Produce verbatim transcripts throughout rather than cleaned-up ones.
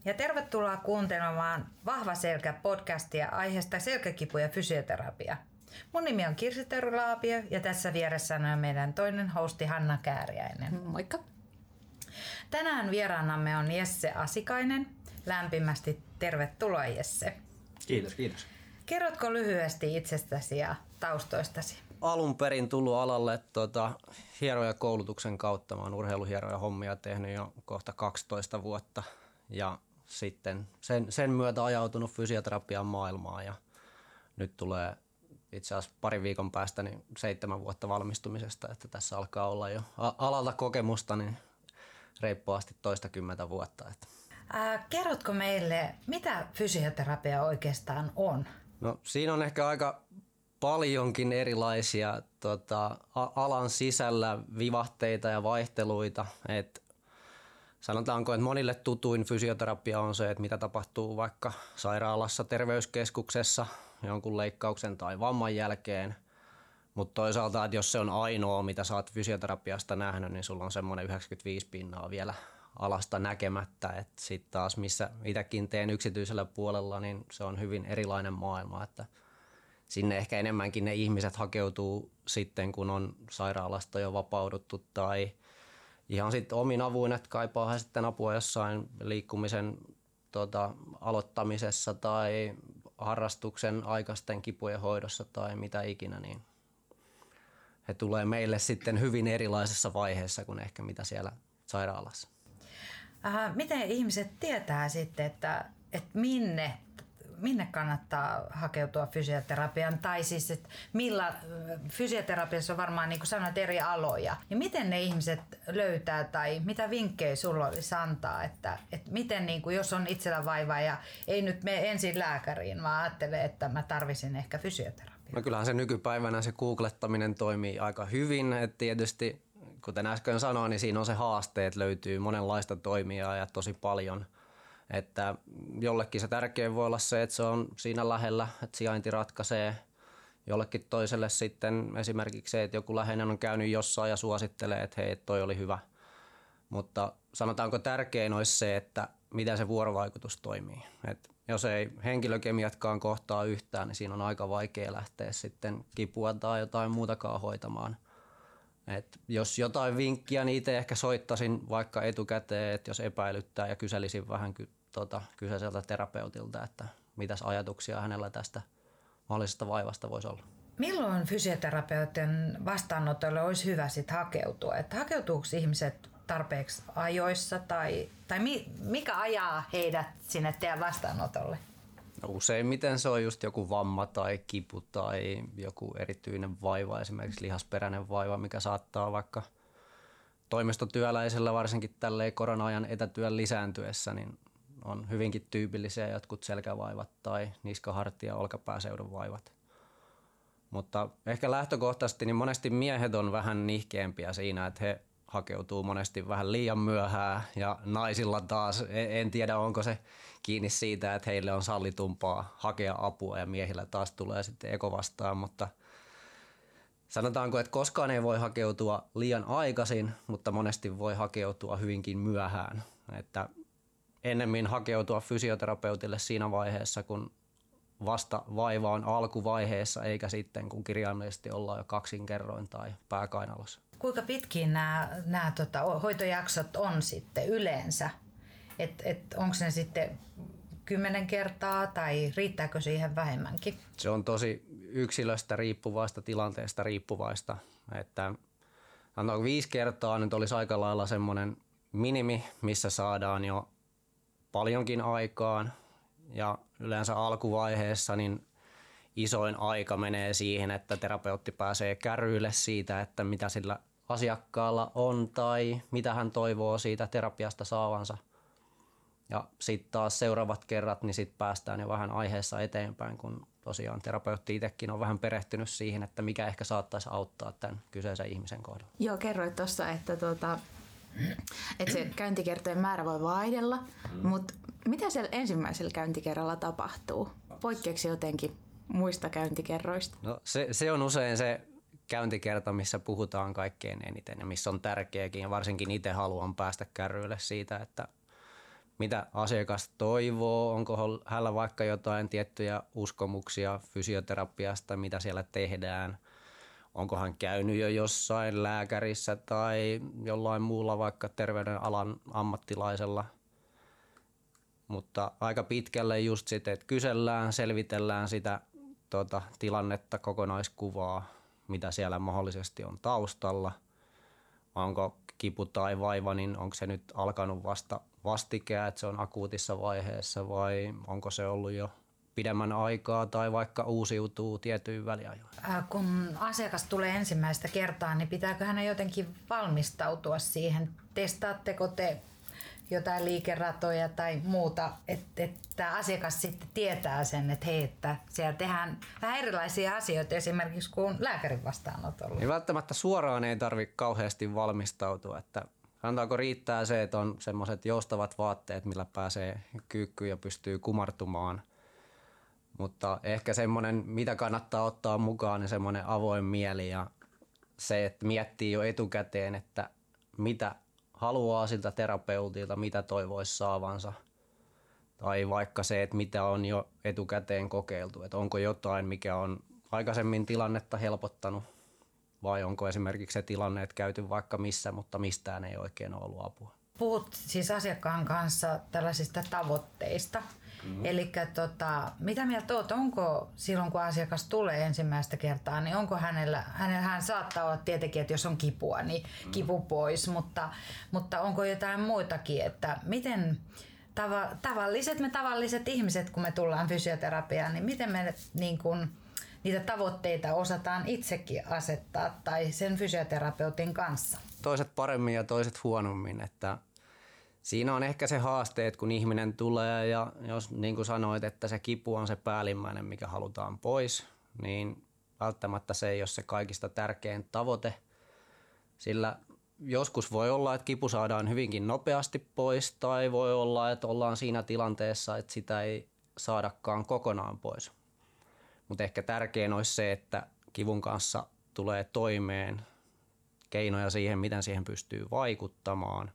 ja tervetuloa kuuntelemaan Vahva selkä podcastia aiheesta selkäkipu ja fysioterapia. Mun nimi on Kirsi Terulaapio ja tässä vieressä on meidän toinen hosti Hanna Kääriäinen. Moikka! Tänään vieraanamme on Jesse Asikainen. Lämpimästi tervetuloa, Jesse. Kiitos, kiitos. Kerrotko lyhyesti itsestäsi ja taustoistasi? Alun perin tullut alalle tuota, hierojakoulutuksen kautta. Mä oon urheiluhieroja hommia tehnyt jo kohta kaksitoista vuotta ja sitten sen, sen myötä ajautunut fysioterapian maailmaan ja nyt tulee itse asiassa parin viikon päästä niin seitsemän vuotta valmistumisesta, että tässä alkaa olla jo alalta kokemusta niin reippaasti toistakymmentä vuotta. Että. Ää, kerrotko meille, mitä fysioterapia oikeastaan on? No siinä on ehkä aika paljonkin erilaisia tota, alan sisällä vivahteita ja vaihteluita. Et sanotaanko, että monille tutuin fysioterapia on se, että mitä tapahtuu vaikka sairaalassa, terveyskeskuksessa jonkun leikkauksen tai vamman jälkeen. Mutta toisaalta, että jos se on ainoa, mitä sä oot fysioterapiasta nähnyt, niin sulla on semmoinen yhdeksänkymmentäviisi pinnaa vielä alasta näkemättä. Sitten taas, missä itsekin teen yksityisellä puolella, niin se on hyvin erilainen maailma. Että sinne ehkä enemmänkin ne ihmiset hakeutuu sitten, kun on sairaalasta jo vapauduttu tai ihan sitten omin avuin, että kaipaa sitten apua jossain liikkumisen tota, aloittamisessa tai harrastuksen aikaisten kipujen hoidossa tai mitä ikinä, niin he tulee meille sitten hyvin erilaisessa vaiheessa kuin ehkä mitä siellä sairaalassa. Aha, miten ihmiset tietää sitten, että, että minne, minne kannattaa hakeutua fysioterapiaan? Tai siis, että millä fysioterapiassa on varmaan, niin kuin sanoit, eri aloja. Ja miten ne ihmiset löytää tai mitä vinkkejä sulla olisi antaa? Että, että miten, niin kuin, jos on itsellä vaivaa ja ei nyt mene ensin lääkäriin, vaan ajattelee, että mä tarvisin ehkä fysioterapiaa. No kyllähän se nykypäivänä se googlettaminen toimii aika hyvin. Et tietysti, kuten äsken sanoin, niin siinä on se haaste, että löytyy monenlaista toimijaa ja tosi paljon. Että jollekin se tärkein voi olla se, että se on siinä lähellä, että sijainti ratkaisee. Jollekin toiselle sitten esimerkiksi se, että joku läheinen on käynyt jossain ja suosittelee, että hei, toi oli hyvä. Mutta sanotaanko tärkein olisi se, että miten se vuorovaikutus toimii. Et jos ei henkilökemiatkaan kohtaa yhtään, niin siinä on aika vaikea lähteä sitten kipua tai jotain muutakaan hoitamaan. Et jos jotain vinkkiä, niin itse ehkä soittaisin vaikka etukäteen, että jos epäilyttää ja kyselisin vähän ky- tota, kyseiseltä terapeutilta, että mitäs ajatuksia hänellä tästä mahdollisesta vaivasta voisi olla. Milloin fysioterapeutin vastaanotolle olisi hyvä sit hakeutua? Että hakeutuuko ihmiset tarpeeksi ajoissa tai, tai mi, mikä ajaa heidät sinne teidän vastaanotolle? No useimmiten se on just joku vamma tai kipu tai joku erityinen vaiva, esimerkiksi lihasperäinen vaiva, mikä saattaa vaikka toimistotyöläisellä varsinkin tälleen korona-ajan etätyön lisääntyessä, niin on hyvinkin tyypillisiä jotkut selkävaivat tai niskahartia- ja olkapääseudun vaivat. Mutta ehkä lähtökohtaisesti niin monesti miehet on vähän nihkeämpiä siinä, että he hakeutuu monesti vähän liian myöhään ja naisilla taas, en tiedä onko se kiinni siitä, että heille on sallitumpaa hakea apua ja miehillä taas tulee sitten eko vastaan, mutta sanotaanko, että koskaan ei voi hakeutua liian aikaisin, mutta monesti voi hakeutua hyvinkin myöhään, että ennemmin hakeutua fysioterapeutille siinä vaiheessa, kun vasta vaiva on alkuvaiheessa, eikä sitten kun kirjaimellisesti ollaan jo kaksinkerroin tai pääkainalossa. Kuinka pitkiin nämä, nämä tota, hoitojaksot on sitten yleensä? Et, et onko ne sitten kymmenen kertaa tai riittääkö siihen vähemmänkin? Se on tosi yksilöstä riippuvaista, tilanteesta riippuvaista. Että viisi kertaa nyt olisi aika lailla semmoinen minimi, missä saadaan jo paljonkin aikaan. Ja yleensä alkuvaiheessa niin isoin aika menee siihen, että terapeutti pääsee kärryille siitä, että mitä sillä asiakkaalla on tai mitä hän toivoo siitä terapiasta saavansa. Ja sitten taas seuraavat kerrat, niin sitten päästään jo vähän aiheessa eteenpäin, kun tosiaan terapeutti itsekin on vähän perehtynyt siihen, että mikä ehkä saattaisi auttaa tämän kyseisen ihmisen kohdalla. Joo, kerroit tuossa, että, tuota, että se käyntikertojen määrä voi vaihdella, mm. mutta mitä siellä ensimmäisellä käyntikerralla tapahtuu? Poikkeako jotenkin muista käyntikerroista? No, se, se on usein se käyntikerta, missä puhutaan kaikkein eniten ja missä on tärkeäkin. Ja varsinkin itse haluan päästä kärryille siitä, että mitä asiakas toivoo, onko hänellä vaikka jotain tiettyjä uskomuksia fysioterapiasta, mitä siellä tehdään, onko hän käynyt jo jossain lääkärissä tai jollain muulla vaikka terveydenalan ammattilaisella. Mutta aika pitkälle just sitten, että kysellään, selvitellään sitä tota, tilannetta, kokonaiskuvaa, mitä siellä mahdollisesti on taustalla. Onko kipu tai vaiva, niin onko se nyt alkanut vasta vastikään, että se on akuutissa vaiheessa vai onko se ollut jo pidemmän aikaa tai vaikka uusiutuu tietyin väliajoin? Kun asiakas tulee ensimmäistä kertaa, niin pitääkö hänen jotenkin valmistautua siihen? Testaatteko te jotain liikeratoja tai muuta, että, että asiakas sitten tietää sen, että hei, että siellä tehdään vähän erilaisia asioita esimerkiksi kuin lääkärin vastaanotolla? Niin välttämättä suoraan ei tarvitse kauheasti valmistautua, että sanotaanko riittää se, että on semmoiset joustavat vaatteet, millä pääsee kyykkyyn ja pystyy kumartumaan. Mutta ehkä semmoinen, mitä kannattaa ottaa mukaan, niin semmoinen avoin mieli ja se, että miettii jo etukäteen, että mitä haluaa siltä terapeutilta, mitä toivoisi saavansa. Tai vaikka se, että mitä on jo etukäteen kokeiltu, että onko jotain, mikä on aikaisemmin tilannetta helpottanut. Vai onko esimerkiksi se tilanne, että käyty vaikka missä, mutta mistään ei oikein ole ollut apua. Puhut siis asiakkaan kanssa tällaisista tavoitteista. Mm-hmm. Eli tota, mitä mieltä olet, onko silloin kun asiakas tulee ensimmäistä kertaa, niin onko hänellä, hänellä hän saattaa olla tietenkin, että jos on kipua, niin mm-hmm. kipu pois, mutta, mutta onko jotain muitakin, että miten tava, tavalliset me tavalliset ihmiset, kun me tullaan fysioterapiaan, niin miten me niin kun, niitä tavoitteita osataan itsekin asettaa tai sen fysioterapeutin kanssa? Toiset paremmin ja toiset huonommin, että siinä on ehkä se haaste, että kun ihminen tulee ja jos niin kuin sanoit, että se kipu on se päällimmäinen, mikä halutaan pois, niin välttämättä se ei ole se kaikista tärkein tavoite, sillä joskus voi olla, että kipu saadaan hyvinkin nopeasti pois tai voi olla, että ollaan siinä tilanteessa, että sitä ei saadakaan kokonaan pois. Mutta ehkä tärkein olisi se, että kivun kanssa tulee toimeen, keinoja siihen, miten siihen pystyy vaikuttamaan.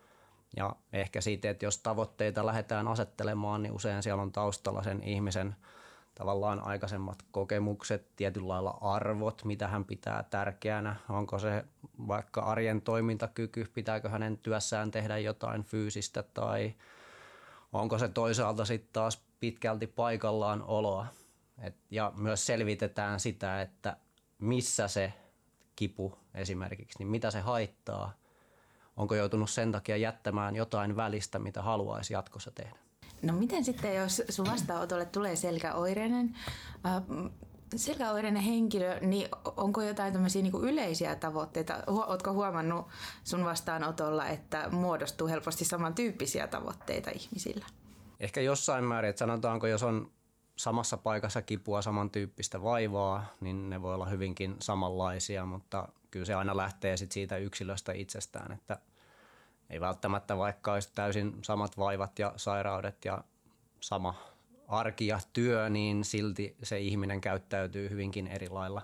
Ja ehkä siitä, että jos tavoitteita lähdetään asettelemaan, niin usein siellä on taustalla sen ihmisen tavallaan aikaisemmat kokemukset, tietyllä lailla arvot, mitä hän pitää tärkeänä. Onko se vaikka arjen toimintakyky, pitääkö hänen työssään tehdä jotain fyysistä tai onko se toisaalta sitten taas pitkälti paikallaan oloa. Et, ja myös selvitetään sitä, että missä se kipu esimerkiksi, niin mitä se haittaa. Onko joutunut sen takia jättämään jotain välistä, mitä haluaisi jatkossa tehdä? No miten sitten, jos sun vastaanotolle tulee selkäoireinen, äh, selkäoireinen henkilö, niin onko jotain tämmöisiä niin kuin yleisiä tavoitteita? Ootko huomannut sun vastaanotolla, että muodostuu helposti samantyyppisiä tavoitteita ihmisillä? Ehkä jossain määrin, että sanotaanko, jos on samassa paikassa kipua, samantyyppistä vaivaa, niin ne voi olla hyvinkin samanlaisia, mutta kyllä se aina lähtee sit siitä yksilöstä itsestään, että ei välttämättä vaikka olisi täysin samat vaivat ja sairaudet ja sama arki ja työ, niin silti se ihminen käyttäytyy hyvinkin eri lailla.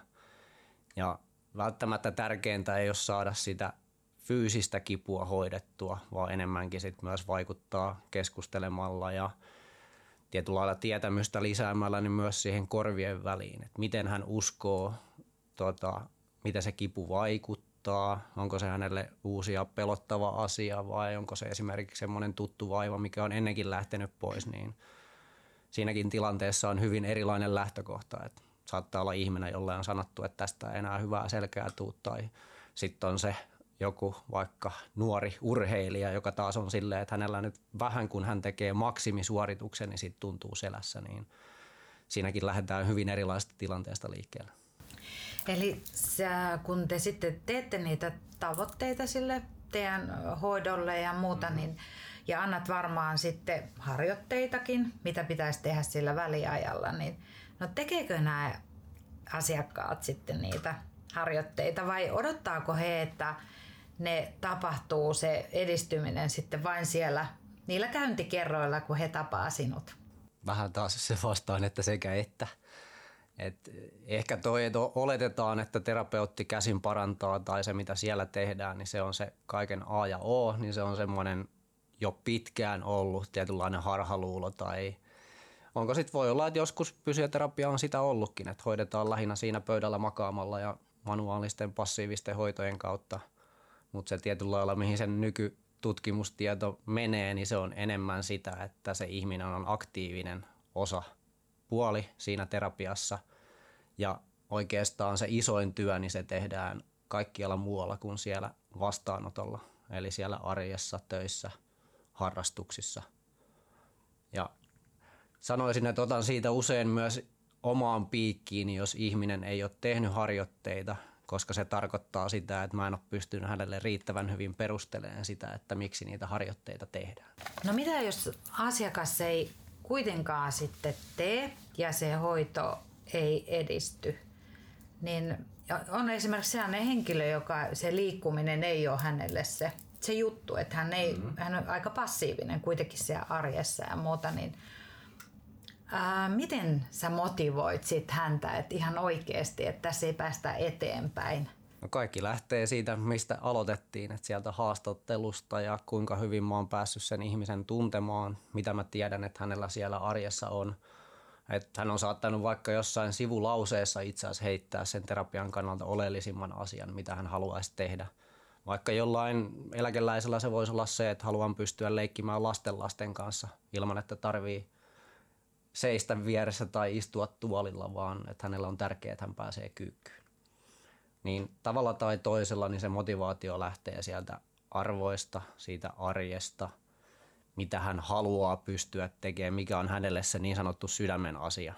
Ja välttämättä tärkeintä ei ole saada sitä fyysistä kipua hoidettua, vaan enemmänkin sit myös vaikuttaa keskustelemalla ja tietyllä lailla tietämystä lisäämällä niin myös siihen korvien väliin, että miten hän uskoo, tota, miten se kipu vaikuttaa, onko se hänelle uusi ja pelottava asia vai onko se esimerkiksi semmoinen tuttu vaiva, mikä on ennenkin lähtenyt pois, niin siinäkin tilanteessa on hyvin erilainen lähtökohta, että saattaa olla ihminen, jolle on sanottu, että tästä ei enää hyvää selkää tuu tai sitten on se joku vaikka nuori urheilija, joka taas on silleen, että hänellä nyt vähän kun hän tekee maksimisuorituksen, niin siitä tuntuu selässä, niin siinäkin lähdetään hyvin erilaisesta tilanteesta liikkeelle. Eli sä, kun te sitten teette niitä tavoitteita sille teidän hoidolle ja muuta, mm-hmm. niin, ja annat varmaan sitten harjoitteitakin, mitä pitäisi tehdä sillä väliajalla, niin no tekeekö nämä asiakkaat sitten niitä harjoitteita vai odottaako he, että ne tapahtuu se edistyminen sitten vain siellä niillä käyntikerroilla, kun he tapaa sinut? Vähän taas se vastaan, että sekä että. Et ehkä toi, että oletetaan, että terapeutti käsin parantaa tai se mitä siellä tehdään, niin se on se kaiken A ja O, niin se on semmoinen jo pitkään ollut tietynlainen harhaluulo tai onko sitten voi olla, että joskus fysioterapia on sitä ollutkin, että hoidetaan lähinnä siinä pöydällä makaamalla ja manuaalisten passiivisten hoitojen kautta, mutta se tietyllä lailla mihin sen nykytutkimustieto menee, niin se on enemmän sitä, että se ihminen on aktiivinen osa puoli siinä terapiassa ja oikeastaan se isoin työ, niin se tehdään kaikkialla muualla kuin siellä vastaanotolla, eli siellä arjessa, töissä, harrastuksissa. Ja sanoisin, että otan siitä usein myös omaan piikkiin, jos ihminen ei ole tehnyt harjoitteita, koska se tarkoittaa sitä, että mä en ole pystynyt hänelle riittävän hyvin perustelemaan sitä, että miksi niitä harjoitteita tehdään. No mitä jos asiakas ei kuitenkaan sitten tee ja se hoito ei edisty, niin on esimerkiksi sellainen henkilö, joka se liikkuminen ei ole hänelle se, se juttu, että hän, ei, mm-hmm. hän on aika passiivinen kuitenkin siellä arjessa ja muuta, niin ää, miten sä motivoit sit häntä, että ihan oikeasti, että tässä ei päästä eteenpäin? No kaikki lähtee siitä, mistä aloitettiin, että sieltä haastattelusta ja kuinka hyvin mä oon päässyt sen ihmisen tuntemaan, mitä mä tiedän, että hänellä siellä arjessa on. Että hän on saattanut vaikka jossain sivulauseessa itse asiassa heittää sen terapian kannalta oleellisimman asian, mitä hän haluaisi tehdä. Vaikka jollain eläkeläisellä se voisi olla se, että haluan pystyä leikkimään lastenlasten kanssa ilman, että tarvii seistä vieressä tai istua tuolilla, vaan että hänellä on tärkeää, että hän pääsee kyykkyyn. Niin tavalla tai toisella niin se motivaatio lähtee sieltä arvoista, siitä arjesta, mitä hän haluaa pystyä tekemään, mikä on hänelle se niin sanottu sydämen asia.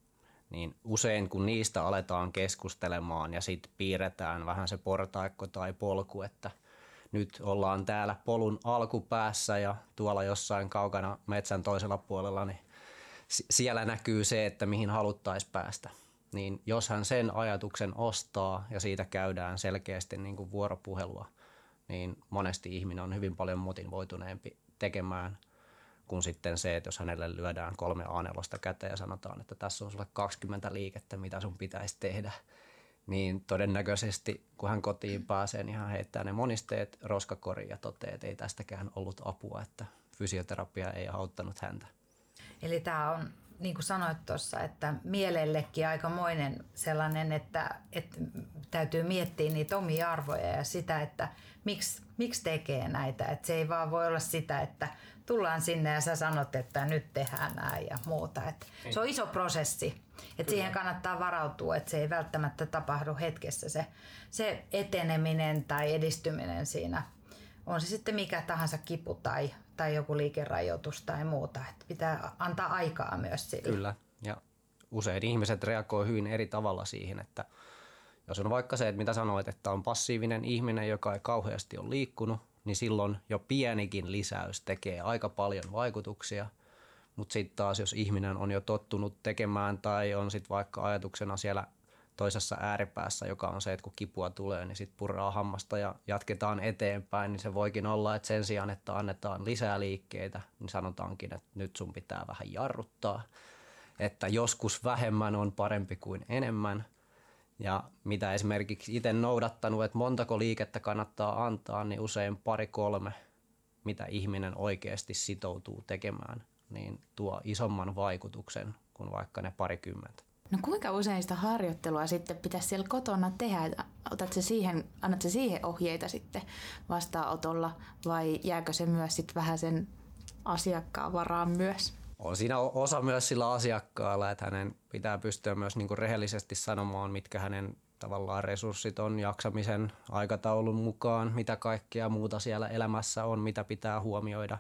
Niin usein kun niistä aletaan keskustelemaan ja sitten piirretään vähän se portaikko tai polku, että nyt ollaan täällä polun alkupäässä ja tuolla jossain kaukana metsän toisella puolella, niin siellä näkyy se, että mihin haluttaisiin päästä. Niin jos hän sen ajatuksen ostaa ja siitä käydään selkeästi niin kuin vuoropuhelua, niin monesti ihminen on hyvin paljon motivoituneempi tekemään kuin sitten se, että jos hänelle lyödään kolme A neljä käteen ja sanotaan, että tässä on sulle kaksikymmentä liikettä, mitä sun pitäisi tehdä, niin todennäköisesti kun hän kotiin pääsee, niin hän heittää ne monisteet roskakoriin ja toteaa, että ei tästäkään ollut apua, että fysioterapia ei auttanut häntä. Eli tämä on, niin kuin sanoit tuossa, että mielellekin aikamoinen sellainen, että, että täytyy miettiä niitä omia arvoja ja sitä, että miksi, miksi tekee näitä. Että se ei vaan voi olla sitä, että tullaan sinne ja sä sanot, että nyt tehdään näin ja muuta. Että se on iso prosessi. Että siihen kannattaa varautua, että se ei välttämättä tapahdu hetkessä se, se eteneminen tai edistyminen siinä. On se sitten mikä tahansa kipu tai, tai joku liikerajoitus tai muuta. Että pitää antaa aikaa myös sille. Kyllä. Ja usein ihmiset reagoi hyvin eri tavalla siihen, että jos on vaikka se, että mitä sanoit, että on passiivinen ihminen, joka ei kauheasti ole liikkunut, niin silloin jo pienikin lisäys tekee aika paljon vaikutuksia. Mutta sitten taas, jos ihminen on jo tottunut tekemään tai on sitten vaikka ajatuksena siellä toisessa ääripäässä, joka on se, että kun kipua tulee, niin sitten purraa hammasta ja jatketaan eteenpäin, niin se voikin olla, että sen sijaan, että annetaan lisää liikkeitä, niin sanotaankin, että nyt sun pitää vähän jarruttaa, että joskus vähemmän on parempi kuin enemmän. Ja mitä esimerkiksi itse noudattanut, että montako liikettä kannattaa antaa, niin usein pari kolme, mitä ihminen oikeasti sitoutuu tekemään, niin tuo isomman vaikutuksen kuin vaikka ne parikymmentä. No kuinka usein sitä harjoittelua sitten pitäisi siellä kotona tehdä? Otat se siihen, annat se siihen ohjeita sitten vastaanotolla vai jääkö se myös sitten vähän sen asiakkaan varaan myös? On siinä osa myös sillä asiakkaalla, että hänen pitää pystyä myös niin kuin rehellisesti sanomaan, mitkä hänen tavallaan resurssit on jaksamisen aikataulun mukaan, mitä kaikkea muuta siellä elämässä on, mitä pitää huomioida.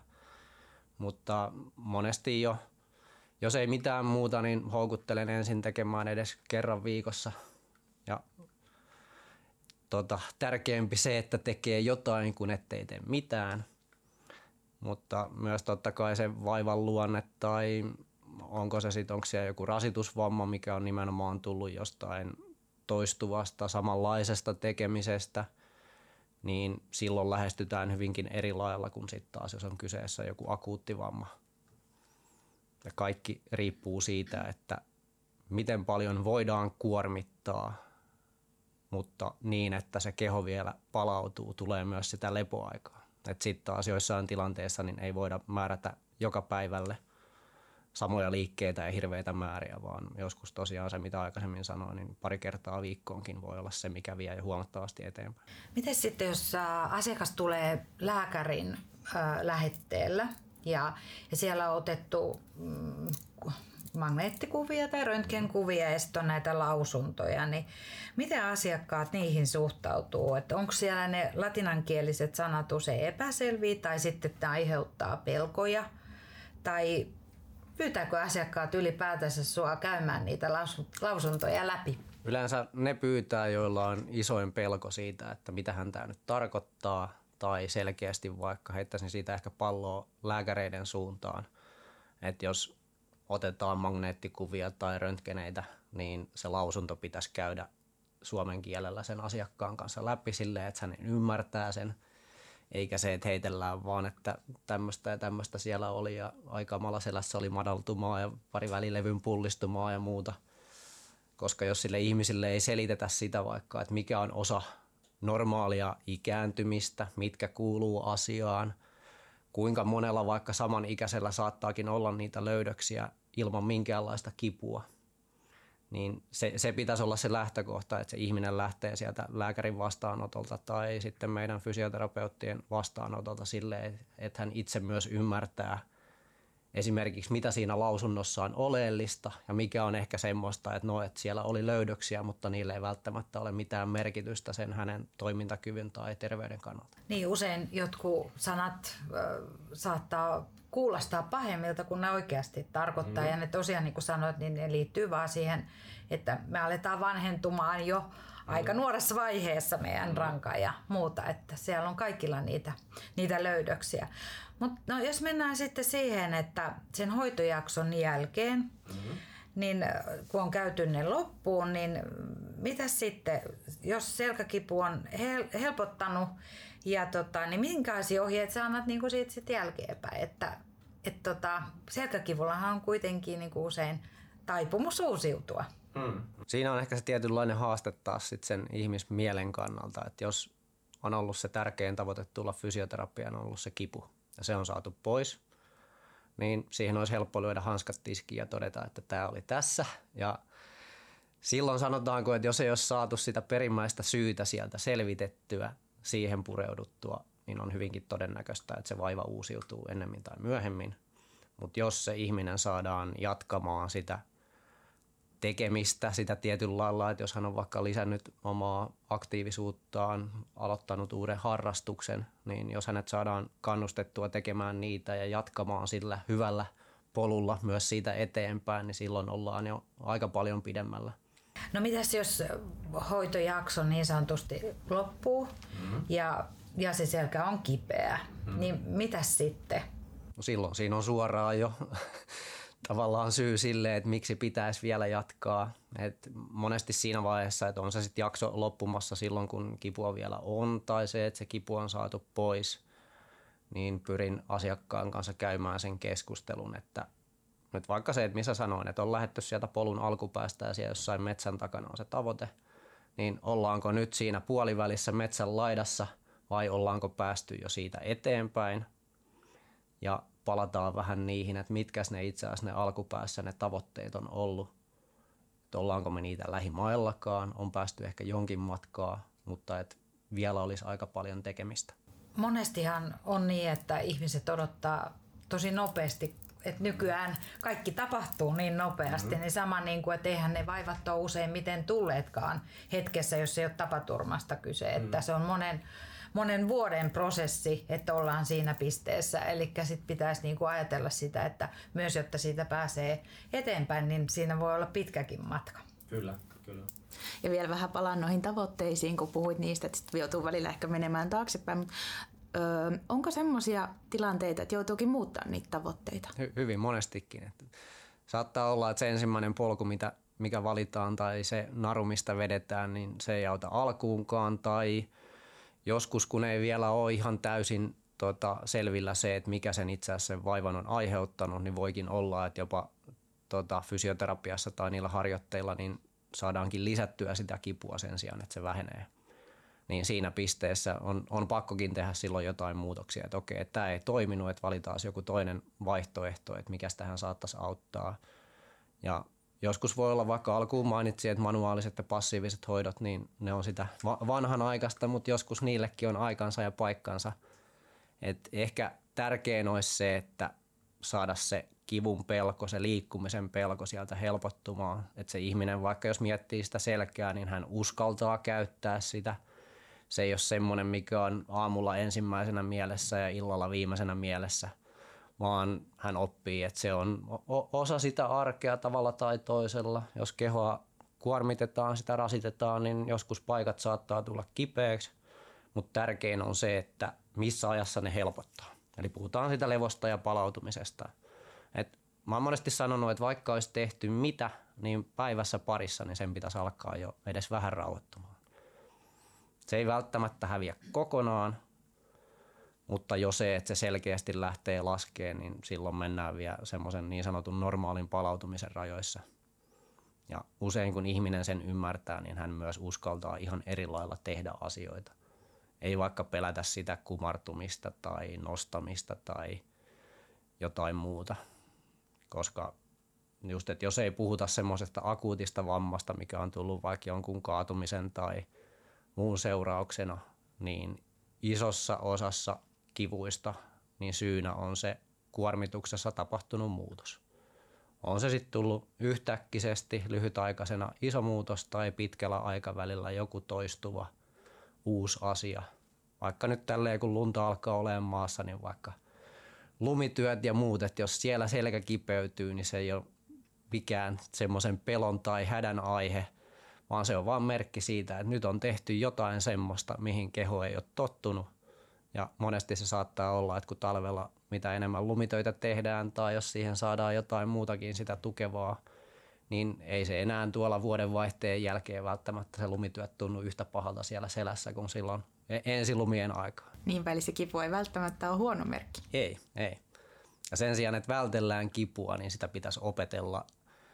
Mutta monesti jo, jos ei mitään muuta, niin houkuttelen ensin tekemään edes kerran viikossa. Ja tota, tärkeämpi se, että tekee jotain kuin ettei tee mitään. Mutta myös totta kai se vaivan luonne tai onko se sitten, onko siellä joku rasitusvamma, mikä on nimenomaan tullut jostain toistuvasta samanlaisesta tekemisestä, niin silloin lähestytään hyvinkin eri lailla kuin sitten taas, jos on kyseessä joku akuutti vamma. Ja kaikki riippuu siitä, että miten paljon voidaan kuormittaa, mutta niin, että se keho vielä palautuu, tulee myös sitä lepoaikaa. Sitten taas joissain tilanteissa niin ei voida määrätä joka päivälle samoja liikkeitä ja hirveitä määriä, vaan joskus tosiaan se, mitä aikaisemmin sanoin, niin pari kertaa viikkoonkin voi olla se, mikä vie jo huomattavasti eteenpäin. Miten sitten, jos asiakas tulee lääkärin äh, lähetteellä ja, ja siellä on otettu mm, magneettikuvia tai röntgenkuvia ja sitten on näitä lausuntoja, niin miten asiakkaat niihin suhtautuu? Että onko siellä ne latinankieliset sanat usein epäselviä tai sitten tämä aiheuttaa pelkoja? Tai pyytääkö asiakkaat ylipäätänsä sua käymään niitä lausuntoja läpi? Yleensä ne pyytää, joilla on isoin pelko siitä, että mitähän tämä nyt tarkoittaa, tai selkeästi vaikka heittäisin siitä ehkä palloa lääkäreiden suuntaan. Että jos otetaan magneettikuvia tai röntgeneitä, niin se lausunto pitäisi käydä suomen kielellä sen asiakkaan kanssa läpi silleen, että hän ymmärtää sen, eikä se, että heitellään vaan, että tämmöistä ja tämmöistä siellä oli ja aika malaselässä oli madaltumaa ja pari välilevyn pullistumaa ja muuta. Koska jos sille ihmisille ei selitetä sitä vaikka, että mikä on osa normaalia ikääntymistä, mitkä kuuluu asiaan, kuinka monella vaikka samanikäisellä saattaakin olla niitä löydöksiä ilman minkäänlaista kipua, niin se, se pitäisi olla se lähtökohta, että se ihminen lähtee sieltä lääkärin vastaanotolta tai sitten meidän fysioterapeuttien vastaanotolta silleen, että hän itse myös ymmärtää esimerkiksi mitä siinä lausunnossa on oleellista ja mikä on ehkä semmoista, että no, että siellä oli löydöksiä, mutta niille ei välttämättä ole mitään merkitystä sen hänen toimintakyvyn tai terveyden kannalta. Niin usein jotkut sanat äh, saattaa kuulostaa pahemmilta kuin ne oikeasti tarkoittaa mm. ja ne tosiaan niin kuin sanoit, niin ne liittyy vaan siihen, että me aletaan vanhentumaan jo aika nuoressa vaiheessa meidän rankaa ja muuta, että siellä on kaikilla niitä, niitä löydöksiä. Mutta no, jos mennään sitten siihen, että sen hoitojakson jälkeen, mm-hmm. niin kun on käyty ne loppuun, niin mitä sitten, jos selkäkipu on hel- helpottanut, ja tota, niin minkälaisia ohjeet sä annat niin siitä sit jälkeenpäin, että et tota, selkäkivullahan on kuitenkin niin usein taipumus uusiutua. Hmm. Siinä on ehkä se tietynlainen haaste taas sit sen ihmismielen kannalta, että jos on ollut se tärkein tavoite tulla fysioterapiaan, on ollut se kipu ja se on saatu pois, niin siihen olisi helppo lyödä hanskat tiskiin ja todeta, että tämä oli tässä. Ja silloin sanotaanko, että jos ei ole saatu sitä perimmäistä syytä sieltä selvitettyä, siihen pureuduttua, niin on hyvinkin todennäköistä, että se vaiva uusiutuu ennemmin tai myöhemmin. Mutta jos se ihminen saadaan jatkamaan sitä tekemistä sitä tietyllä lailla, että jos hän on vaikka lisännyt omaa aktiivisuuttaan, aloittanut uuden harrastuksen, niin jos hänet saadaan kannustettua tekemään niitä ja jatkamaan sillä hyvällä polulla myös siitä eteenpäin, niin silloin ollaan jo aika paljon pidemmällä. No mitäs jos hoitojakso niin sanotusti loppuu mm-hmm. ja, ja se selkä on kipeä, mm-hmm. niin mitäs sitten? No silloin siinä on suoraan jo tavallaan syy sille, että miksi pitäisi vielä jatkaa. Et monesti siinä vaiheessa, että on se sitten jakso loppumassa silloin, kun kipua vielä on, tai se, että se kipu on saatu pois, niin pyrin asiakkaan kanssa käymään sen keskustelun, että nyt vaikka se, että missä sanoin, että on lähdetty sieltä polun alkupäästä ja siellä jossain metsän takana on se tavoite, niin ollaanko nyt siinä puolivälissä metsän laidassa vai ollaanko päästy jo siitä eteenpäin ja palataan vähän niihin, että mitkäs ne itse asiassa ne alkupäässä ne tavoitteet on ollut. Että ollaanko me niitä lähimaillakaan, on päästy ehkä jonkin matkaa, mutta et vielä olisi aika paljon tekemistä. Monestihan on niin, että ihmiset odottaa tosi nopeasti, että nykyään kaikki tapahtuu niin nopeasti, mm-hmm. niin sama niin kuin, että eihän ne vaivat ole useimmiten tulleetkaan hetkessä, jos ei ole tapaturmasta kyse, mm-hmm. että se on monen monen vuoden prosessi, että ollaan siinä pisteessä. Eli sitten pitäisi niinku ajatella sitä, että myös jotta siitä pääsee eteenpäin, niin siinä voi olla pitkäkin matka. Kyllä, kyllä. Ja vielä vähän palaan noihin tavoitteisiin, kun puhuit niistä, että sitten joutuu välillä ehkä menemään taaksepäin. Mutta, öö, onko semmoisia tilanteita, että joutuukin muuttaa niitä tavoitteita? Hy- hyvin monestikin. Että saattaa olla, että se ensimmäinen polku, mitä, mikä valitaan tai se naru, mistä vedetään, niin se ei auta alkuunkaan tai joskus, kun ei vielä ole ihan täysin tota, selvillä se, että mikä sen itse asiassa sen vaivan on aiheuttanut, niin voikin olla, että jopa tota, fysioterapiassa tai niillä harjoitteilla niin saadaankin lisättyä sitä kipua sen sijaan, että se vähenee. niin siinä pisteessä on, on pakkokin tehdä silloin jotain muutoksia, että okei, että tämä ei toiminut, että valitaan joku toinen vaihtoehto, että mikä tähän saattaisi auttaa. Ja joskus voi olla, vaikka alkuun mainitsin, että manuaaliset ja passiiviset hoidot, niin ne on sitä vanhanaikaista, mutta joskus niillekin on aikansa ja paikkansa. Et ehkä tärkein olisi se, että saada se kivun pelko, se liikkumisen pelko sieltä helpottumaan. Että se ihminen, vaikka jos miettii sitä selkää, niin hän uskaltaa käyttää sitä. Se ei ole semmoinen, mikä on aamulla ensimmäisenä mielessä ja illalla viimeisenä mielessä, vaan hän oppii, että se on osa sitä arkea tavalla tai toisella. Jos kehoa kuormitetaan, sitä rasitetaan, niin joskus paikat saattaa tulla kipeäksi, mutta tärkein on se, että missä ajassa ne helpottaa. Eli puhutaan sitä levosta ja palautumisesta. Et mä oon monesti sanonut, että vaikka olisi tehty mitä, niin päivässä parissa niin sen pitäisi alkaa jo edes vähän rauhoittumaan. Se ei välttämättä häviä kokonaan, mutta jo se, että se selkeästi lähtee laskeen, niin silloin mennään vielä semmoisen niin sanotun normaalin palautumisen rajoissa. Ja usein kun ihminen sen ymmärtää, niin hän myös uskaltaa ihan eri lailla tehdä asioita. Ei vaikka pelätä sitä kumartumista tai nostamista tai jotain muuta, koska just, että jos ei puhuta semmoisesta akuutista vammasta, mikä on tullut vaikka jonkun kaatumisen tai muun seurauksena, niin isossa osassa kivuista niin syynä on se kuormituksessa tapahtunut muutos. On se sitten tullut yhtäkkisesti lyhytaikaisena iso muutos tai pitkällä aikavälillä joku toistuva uusi asia. Vaikka nyt tälleen kun lunta alkaa olemaan maassa, niin vaikka lumityöt ja muut, että jos siellä selkä kipeytyy, niin se ei ole mikään semmoisen pelon tai hädän aihe, vaan se on vaan merkki siitä, että nyt on tehty jotain semmoista, mihin keho ei ole tottunut. Ja monesti se saattaa olla, että kun talvella mitä enemmän lumitöitä tehdään tai jos siihen saadaan jotain muutakin sitä tukevaa, niin ei se enää tuolla vuodenvaihteen jälkeen välttämättä se lumityöt tunnu yhtä pahalta siellä selässä kuin silloin ensilumien aikaa. Niinpä, eli se kipu ei välttämättä ole huono merkki. Ei, ei. Ja sen sijaan, että vältellään kipua, niin sitä pitäisi opetella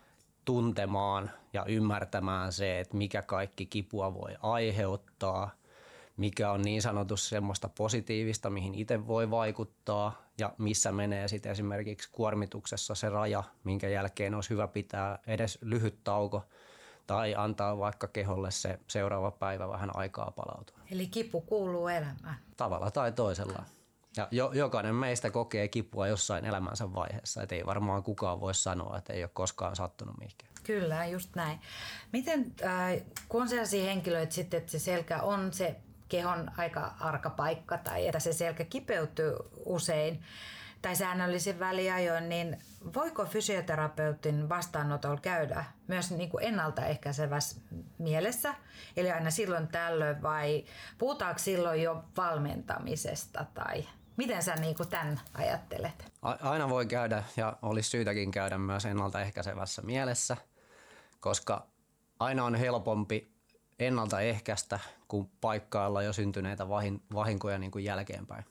tuntemaan ja ymmärtämään se, että mikä kaikki kipua voi aiheuttaa, mikä on niin sanotusti semmoista positiivista, mihin itse voi vaikuttaa ja missä menee sitten esimerkiksi kuormituksessa se raja, minkä jälkeen olisi hyvä pitää edes lyhyt tauko tai antaa vaikka keholle se seuraava päivä vähän aikaa palautua. Eli kipu kuuluu elämään. Tavalla tai toisella. Ja jo, jokainen meistä kokee kipua jossain elämänsä vaiheessa, et ei varmaan kukaan voi sanoa, että ei ole koskaan sattunut mihinkään. Kyllä, just näin. Miten, äh, kun on sellaisia henkilöitä sitten, että se selkä on se kehon aika arka paikka tai että se selkä kipeytyy usein tai säännöllisin väliajoin, niin voiko fysioterapeutin vastaanotolla käydä myös niin kuin ennaltaehkäisevässä mielessä, eli aina silloin tällöin, vai puhutaanko silloin jo valmentamisesta tai miten sä niin kuin tämän ajattelet? Aina voi käydä ja olisi syytäkin käydä myös ennaltaehkäisevässä mielessä, koska aina on helpompi ennaltaehkäistä kuin paikkailla jo syntyneitä vahinkoja niin kuin jälkeenpäin.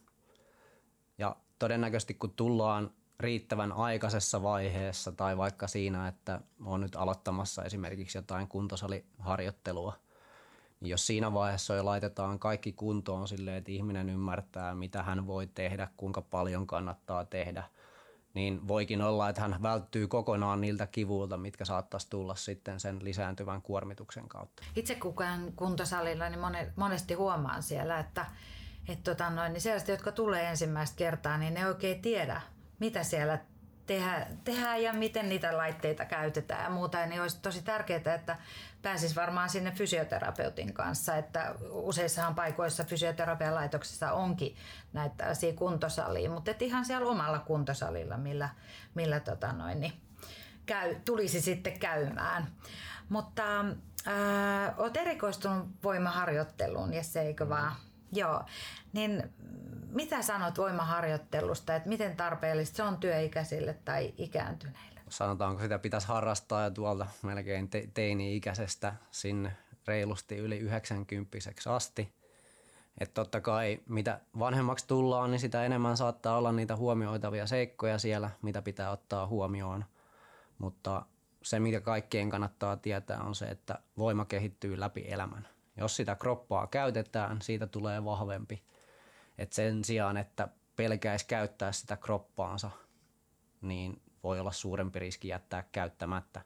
Ja todennäköisesti kun tullaan riittävän aikaisessa vaiheessa tai vaikka siinä, että on nyt aloittamassa esimerkiksi jotain kuntosaliharjoittelua, niin jos siinä vaiheessa jo laitetaan kaikki kuntoon silleen, että ihminen ymmärtää, mitä hän voi tehdä, kuinka paljon kannattaa tehdä, niin voikin olla, että hän välttyy kokonaan niiltä kivuilta, mitkä saattaisi tulla sitten sen lisääntyvän kuormituksen kautta. Itse kun käyn kuntosalilla, niin monesti huomaan siellä, että että tota noin, niin sellaiset, jotka tulee ensimmäistä kertaa, niin ne oikein tiedä, mitä siellä tehdä, tehdään ja miten niitä laitteita käytetään ja muuta. Ja niin olisi tosi tärkeää, että pääsisi varmaan sinne fysioterapeutin kanssa, että useissahan paikoissa fysioterapian laitoksissa onkin näitä tällaisia kuntosalia, mutta et ihan siellä omalla kuntosalilla, millä, millä tota noin, niin käy, tulisi sitten käymään. Mutta äh, olet erikoistunut voimaharjoitteluun, ja se eikö vaan? Joo, niin mitä sanot voimaharjoittelusta, että miten tarpeellista se on työikäisille tai ikääntyneille? Sanotaanko sitä pitäisi harrastaa jo tuolta melkein te- teini-ikäisestä sinne reilusti yli yhdeksänkymppiseksi asti. Että totta kai mitä vanhemmaksi tullaan, niin sitä enemmän saattaa olla niitä huomioitavia seikkoja siellä, mitä pitää ottaa huomioon. Mutta se, mikä kaikkien kannattaa tietää, on se, että voima kehittyy läpi elämän. Jos sitä kroppaa käytetään, siitä tulee vahvempi. Et sen sijaan, että pelkäisi käyttää sitä kroppaansa, niin voi olla suurempi riski jättää käyttämättä.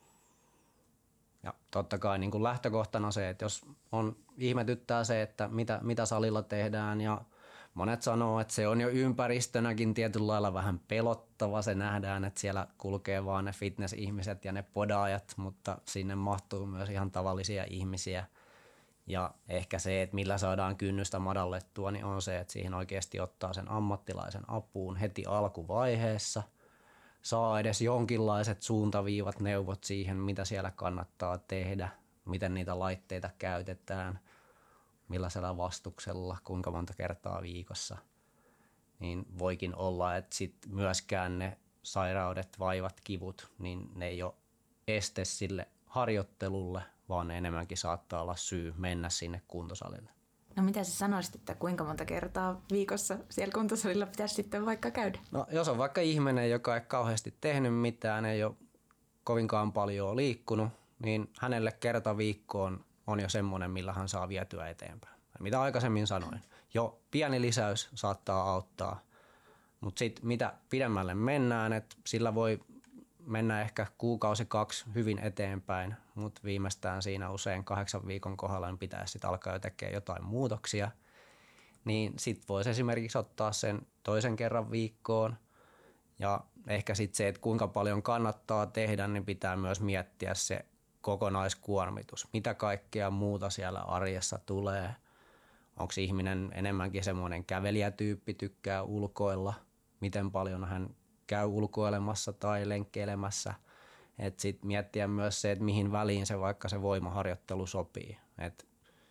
Ja totta kai niin kuin lähtökohtana se, että jos on, ihmetyttää se, että mitä, mitä salilla tehdään ja monet sanoo, että se on jo ympäristönäkin tietyllä lailla vähän pelottava. Se nähdään, että siellä kulkee vaan ne fitness-ihmiset ja ne podaajat, mutta sinne mahtuu myös ihan tavallisia ihmisiä. Ja ehkä se, että millä saadaan kynnystä madallettua, niin on se, että siihen oikeasti ottaa sen ammattilaisen apuun heti alkuvaiheessa. Saa edes jonkinlaiset suuntaviivat, neuvot siihen, mitä siellä kannattaa tehdä, miten niitä laitteita käytetään, millaisella vastuksella, kuinka monta kertaa viikossa. Niin voikin olla, että sit myöskään ne sairaudet, vaivat, kivut, niin ne ei ole este sille harjoittelulle, vaan ne enemmänkin saattaa olla syy mennä sinne kuntosalille. No mitä sä sanoisit, että kuinka monta kertaa viikossa siellä kuntosalilla pitäisi sitten vaikka käydä? No jos on vaikka ihminen, joka ei kauheasti tehnyt mitään, ei ole kovinkaan paljon liikkunut, niin hänelle kerta viikkoon on jo semmoinen, millä hän saa vietyä eteenpäin. Mitä aikaisemmin sanoin, jo pieni lisäys saattaa auttaa, mutta sitten mitä pidemmälle mennään, että sillä voi mennä ehkä kuukausi kaksi hyvin eteenpäin, mutta viimeistään siinä usein kahdeksan viikon kohdalla niin pitäisi sit alkaa jo tekemään jotain muutoksia. Niin sitten voisi esimerkiksi ottaa sen toisen kerran viikkoon ja ehkä sitten se, että kuinka paljon kannattaa tehdä, niin pitää myös miettiä se kokonaiskuormitus. Mitä kaikkea muuta siellä arjessa tulee? Onko ihminen enemmänkin semmoinen kävelijätyyppi, tykkää ulkoilla? Miten paljon hän käy ulkoilemassa tai lenkkeilemässä. Sitten miettiä myös se, että mihin väliin se vaikka se voimaharjoittelu sopii. Et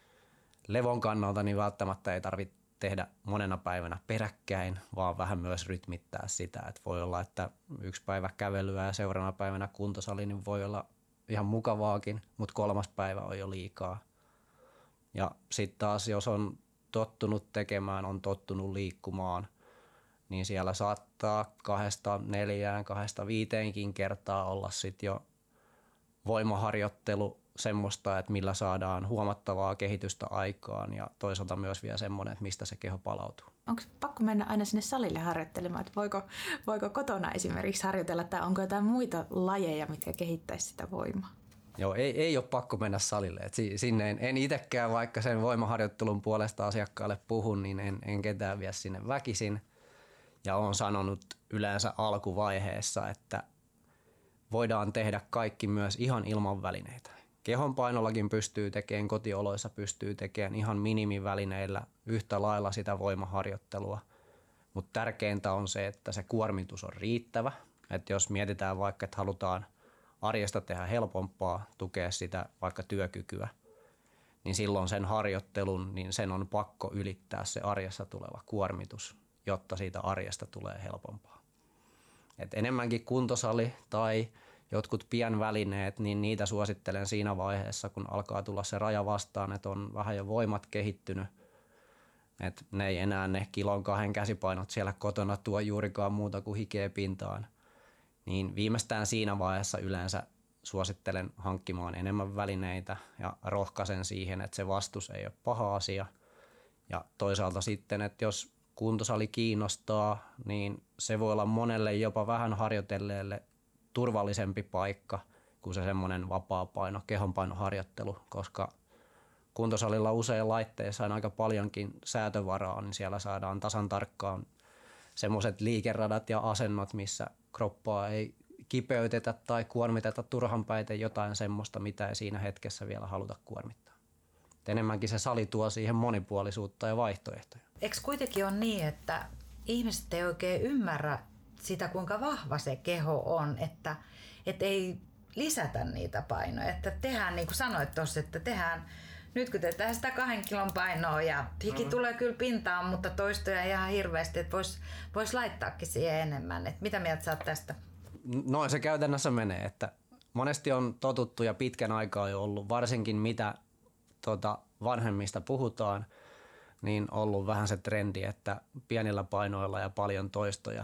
levon kannalta niin välttämättä ei tarvitse tehdä monena päivänä peräkkäin, vaan vähän myös rytmittää sitä. Et voi olla, että yksi päivä kävelyä ja seuraavana päivänä kuntosali niin voi olla ihan mukavaakin, mutta kolmas päivä on jo liikaa. Ja sitten taas, jos on tottunut tekemään, on tottunut liikkumaan, niin siellä saattaa kahdesta neljään, kahdesta viiteenkin kertaa olla sitten jo voimaharjoittelu semmoista, että millä saadaan huomattavaa kehitystä aikaan ja toisaalta myös vielä semmoinen, että mistä se keho palautuu. Onko pakko mennä aina sinne salille harjoittelemaan? Että voiko, voiko kotona esimerkiksi harjoitella tai onko jotain muita lajeja, mitkä kehittäisi sitä voimaa? Joo, ei, ei ole pakko mennä salille. Et sinne en, en itsekään, vaikka sen voimaharjoittelun puolesta asiakkaalle puhun, niin en, en ketään vie sinne väkisin. Ja olen sanonut yleensä alkuvaiheessa, että voidaan tehdä kaikki myös ihan ilman välineitä. Kehon painollakin pystyy tekemään, kotioloissa pystyy tekemään ihan minimivälineillä yhtä lailla sitä voimaharjoittelua. Mutta tärkeintä on se, että se kuormitus on riittävä. Että jos mietitään vaikka, että halutaan arjesta tehdä helpompaa, tukea sitä vaikka työkykyä, niin silloin sen harjoittelun, niin sen on pakko ylittää se arjessa tuleva kuormitus, jotta siitä arjesta tulee helpompaa. Et enemmänkin kuntosali tai jotkut pienvälineet, niin niitä suosittelen siinä vaiheessa, kun alkaa tulla se raja vastaan, että on vähän jo voimat kehittynyt. Et ne ei enää ne kilon kahden käsipainot siellä kotona tuo juurikaan muuta kuin hikeä pintaan. Niin viimeistään siinä vaiheessa yleensä suosittelen hankkimaan enemmän välineitä ja rohkaisen siihen, että se vastus ei ole paha asia. Ja toisaalta sitten, että jos kuntosali kiinnostaa, niin se voi olla monelle jopa vähän harjoitelleelle turvallisempi paikka kuin se semmoinen vapaa-paino, kehonpainoharjoittelu, koska kuntosalilla usein laitteissa on aika paljonkin säätövaraa, niin siellä saadaan tasan tarkkaan semmoiset liikeradat ja asennot, missä kroppaa ei kipeytetä tai kuormiteta turhan päiten jotain semmoista, mitä ei siinä hetkessä vielä haluta kuormittaa. Et enemmänkin se sali tuo siihen monipuolisuutta ja vaihtoehtoja. Eikö kuitenkin ole niin, että ihmiset ei oikein ymmärrä sitä, kuinka vahva se keho on, että, että ei lisätä niitä painoja, että tehdään niin kuin sanoit tuossa, että tehdään nyt kun tehdään sitä kahden kilon painoa ja hiki mm. tulee kyllä pintaan, mutta toistoja ihan hirveästi, että voisi vois laittaakin siihen enemmän. Et mitä mieltä sä oot tästä? Noin se käytännössä menee, että monesti on totuttu ja pitkän aikaa jo ollut, varsinkin mitä tota, vanhemmista puhutaan, niin ollut vähän se trendi, että pienillä painoilla ja paljon toistoja,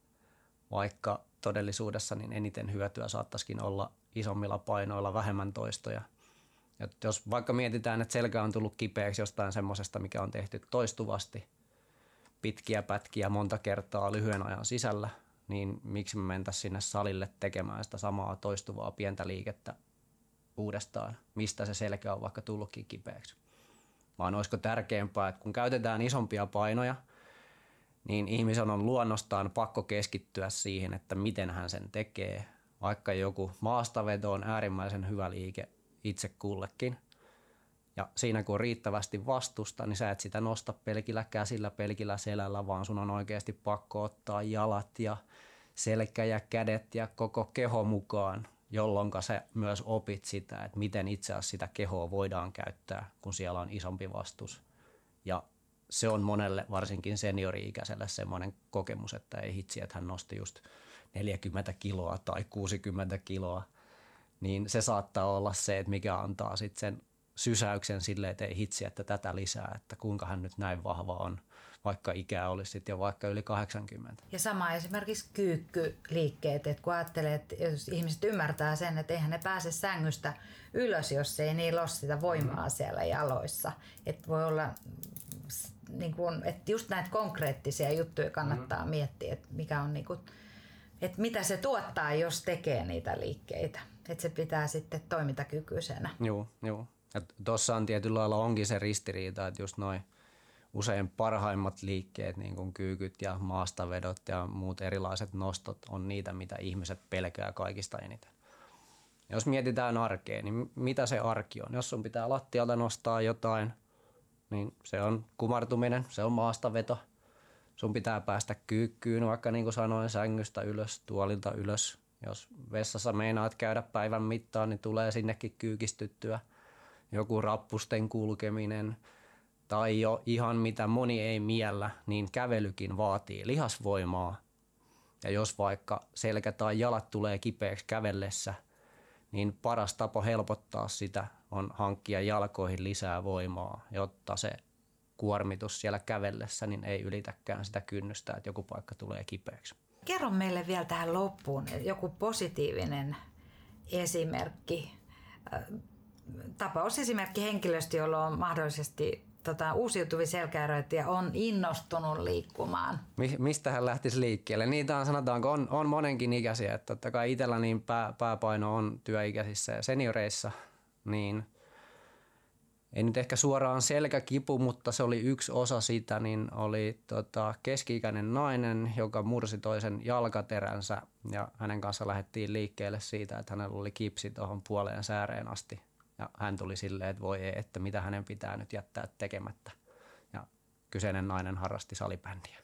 vaikka todellisuudessa niin eniten hyötyä saattaisikin olla isommilla painoilla, vähemmän toistoja. Et jos vaikka mietitään, että selkä on tullut kipeäksi jostain semmoisesta, mikä on tehty toistuvasti, pitkiä pätkiä monta kertaa lyhyen ajan sisällä, niin miksi me mentäisiin sinne salille tekemään sitä samaa toistuvaa pientä liikettä uudestaan, mistä se selkä on vaikka tullutkin kipeäksi. Vaan olisiko tärkeämpää, että kun käytetään isompia painoja, niin ihmisen on luonnostaan pakko keskittyä siihen, että miten hän sen tekee. Vaikka joku maastaveto on äärimmäisen hyvä liike itse kullekin. Ja siinä kun on riittävästi vastusta, niin sä et sitä nosta pelkillä käsillä, pelkillä selällä, vaan sun on oikeasti pakko ottaa jalat ja selkä ja kädet ja koko keho mukaan, jolloin sä myös opit sitä, että miten itse asiassa sitä kehoa voidaan käyttää, kun siellä on isompi vastus. Ja se on monelle, varsinkin seniori-ikäiselle, semmoinen kokemus, että ei hitsi, että hän nosti just neljäkymmentä kiloa tai kuusikymmentä kiloa. Niin se saattaa olla se, että mikä antaa sitten sen sysäyksen silleen, että ei hitsi, että tätä lisää, että kuinka hän nyt näin vahva on, vaikka ikää olisi sitten jo vaikka yli kahdeksankymmentä. Ja sama esimerkiksi kyykkyliikkeet, että kun ajattelee, että jos ihmiset ymmärtää sen, että eihän ne pääse sängystä ylös, jos ei niillä ole sitä voimaa siellä jaloissa. Että voi olla, niin kuin, että just näitä konkreettisia juttuja kannattaa miettiä, että mikä on niin kuin, että mitä se tuottaa, jos tekee niitä liikkeitä. Että se pitää sitten toimintakykyisenä. Joo, joo. Tuossa on tietyllä lailla onkin se ristiriita, että just noin usein parhaimmat liikkeet, niin kuin kyykyt ja maastavedot ja muut erilaiset nostot, on niitä, mitä ihmiset pelkää kaikista eniten. Jos mietitään arkea, niin mitä se arki on? Jos sun pitää lattialta nostaa jotain, niin se on kumartuminen, se on maastaveto. Sun pitää päästä kyykkyyn, vaikka niin kuin sanoin, sängystä ylös, tuolilta ylös. Jos vessassa meinaat käydä päivän mittaan, niin tulee sinnekin kyykistyttyä. Joku rappusten kulkeminen tai jo ihan mitä moni ei miellä, niin kävelykin vaatii lihasvoimaa. Ja jos vaikka selkä tai jalat tulee kipeäksi kävellessä, niin paras tapa helpottaa sitä on hankkia jalkoihin lisää voimaa, jotta se kuormitus siellä kävellessä niin ei ylitäkään sitä kynnystä, että joku paikka tulee kipeäksi. Kerro meille vielä tähän loppuun joku positiivinen esimerkki, tapausesimerkki henkilöstä, jolla on mahdollisesti tota, uusiutuvia selkääröitä ja on innostunut liikkumaan. Mistä hän lähtisi liikkeelle? Niitä on, sanotaanko, on, on monenkin ikäisiä. Että totta kai itsellä niin pää, pääpaino on työikäisissä ja senioreissa, niin ei nyt ehkä suoraan selkäkipu, mutta se oli yksi osa sitä, niin oli tota, keski-ikäinen nainen, joka mursi toisen jalkateränsä ja hänen kanssa lähdettiin liikkeelle siitä, että hänellä oli kipsi tuohon puoleen sääreen asti. Ja hän tuli silleen, että voi ei, että mitä hänen pitää nyt jättää tekemättä. Ja kyseinen nainen harrasti salibändiä.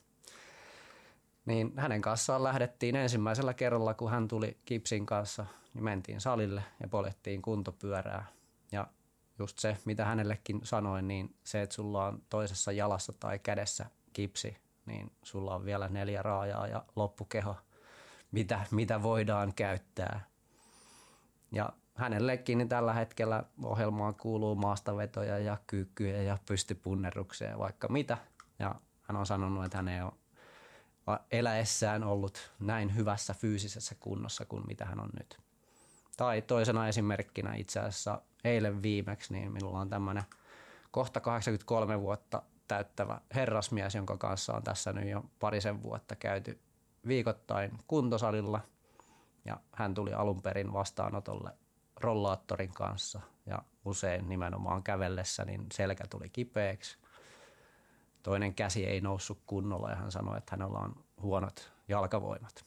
Niin hänen kanssaan lähdettiin ensimmäisellä kerralla, kun hän tuli kipsin kanssa, niin mentiin salille ja poljettiin kuntopyörää. Ja just se, mitä hänellekin sanoin, niin se, että sulla on toisessa jalassa tai kädessä kipsi, niin sulla on vielä neljä raajaa ja loppukeho, mitä, mitä voidaan käyttää. Ja hänellekin niin tällä hetkellä ohjelmaan kuuluu maastavetoja ja kyykkyjä ja pystypunnerruksia ja vaikka mitä. Ja hän on sanonut, että hän ei ole eläessään ollut näin hyvässä fyysisessä kunnossa kuin mitä hän on nyt. Tai toisena esimerkkinä itse asiassa eilen viimeksi, niin minulla on tämmöinen kohta kahdeksankymmentäkolme vuotta täyttävä herrasmies, jonka kanssa on tässä nyt jo parisen vuotta käyty viikoittain kuntosalilla. Ja hän tuli alun perin vastaanotolle rollaattorin kanssa ja usein nimenomaan kävellessä niin selkä tuli kipeäksi. Toinen käsi ei noussut kunnolla ja hän sanoi, että hänellä on huonot jalkavoimat.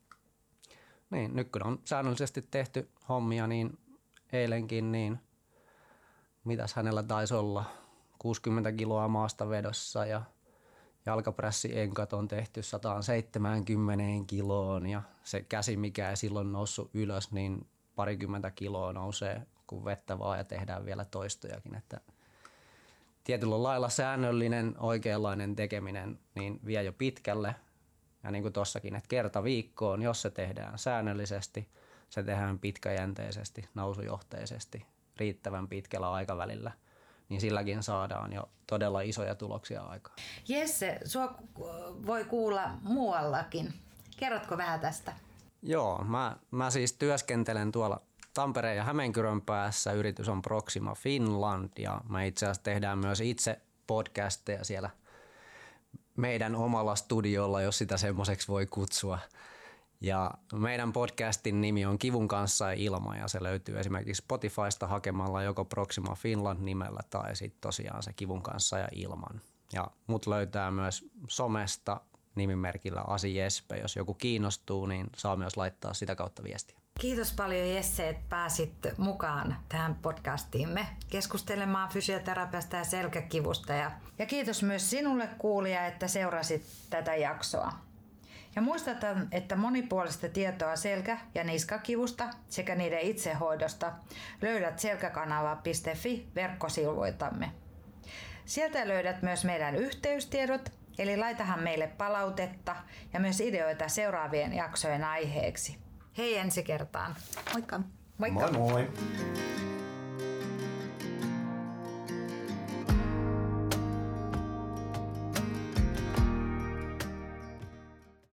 Niin, nyt kun on säännöllisesti tehty hommia, niin eilenkin, niin mitäs hänellä taisi olla, kuusikymmentä kiloa maastavedossa ja jalkaprässienkat on tehty sata seitsemänkymmentä kiloon ja se käsi, mikä ei silloin noussut ylös, niin parikymmentä kiloa nousee, kun vettä vaan ja tehdään vielä toistojakin. Että tietyllä lailla säännöllinen, oikeanlainen tekeminen niin vie jo pitkälle. Ja niin kuin tossakin, että kerta viikkoon, jos se tehdään säännöllisesti, se tehdään pitkäjänteisesti, nousujohteisesti, riittävän pitkällä aikavälillä, niin silläkin saadaan jo todella isoja tuloksia aikaan. Jesse, sua voi kuulla muuallakin. Kerrotko vähän tästä? Joo, mä, mä siis työskentelen tuolla Tampereen ja Hämeenkyrön päässä. Yritys on Proxima Finland ja me itse asiassa tehdään myös itse podcasteja siellä meidän omalla studiolla, jos sitä semmoiseksi voi kutsua. Ja meidän podcastin nimi on Kivun kanssa ja ilman ja se löytyy esimerkiksi Spotifysta hakemalla joko Proxima Finland nimellä tai sitten tosiaan se Kivun kanssa ja ilman. Ja mut löytää myös somesta nimimerkillä Asi Jespe. Jos joku kiinnostuu, niin saa myös laittaa sitä kautta viestiä. Kiitos paljon Jesse, että pääsit mukaan tähän podcastiimme keskustelemaan fysioterapiasta ja selkäkivusta. Ja, ja kiitos myös sinulle kuulija, että seurasit tätä jaksoa. Ja muistutan, että monipuolista tietoa selkä- ja niskakivusta sekä niiden itsehoidosta löydät selkäkanava piste fi verkkosivuiltamme. Sieltä löydät myös meidän yhteystiedot, eli laitahan meille palautetta ja myös ideoita seuraavien jaksojen aiheeksi. Hei ensi kertaan. Moikka. Moikka. Moi moi.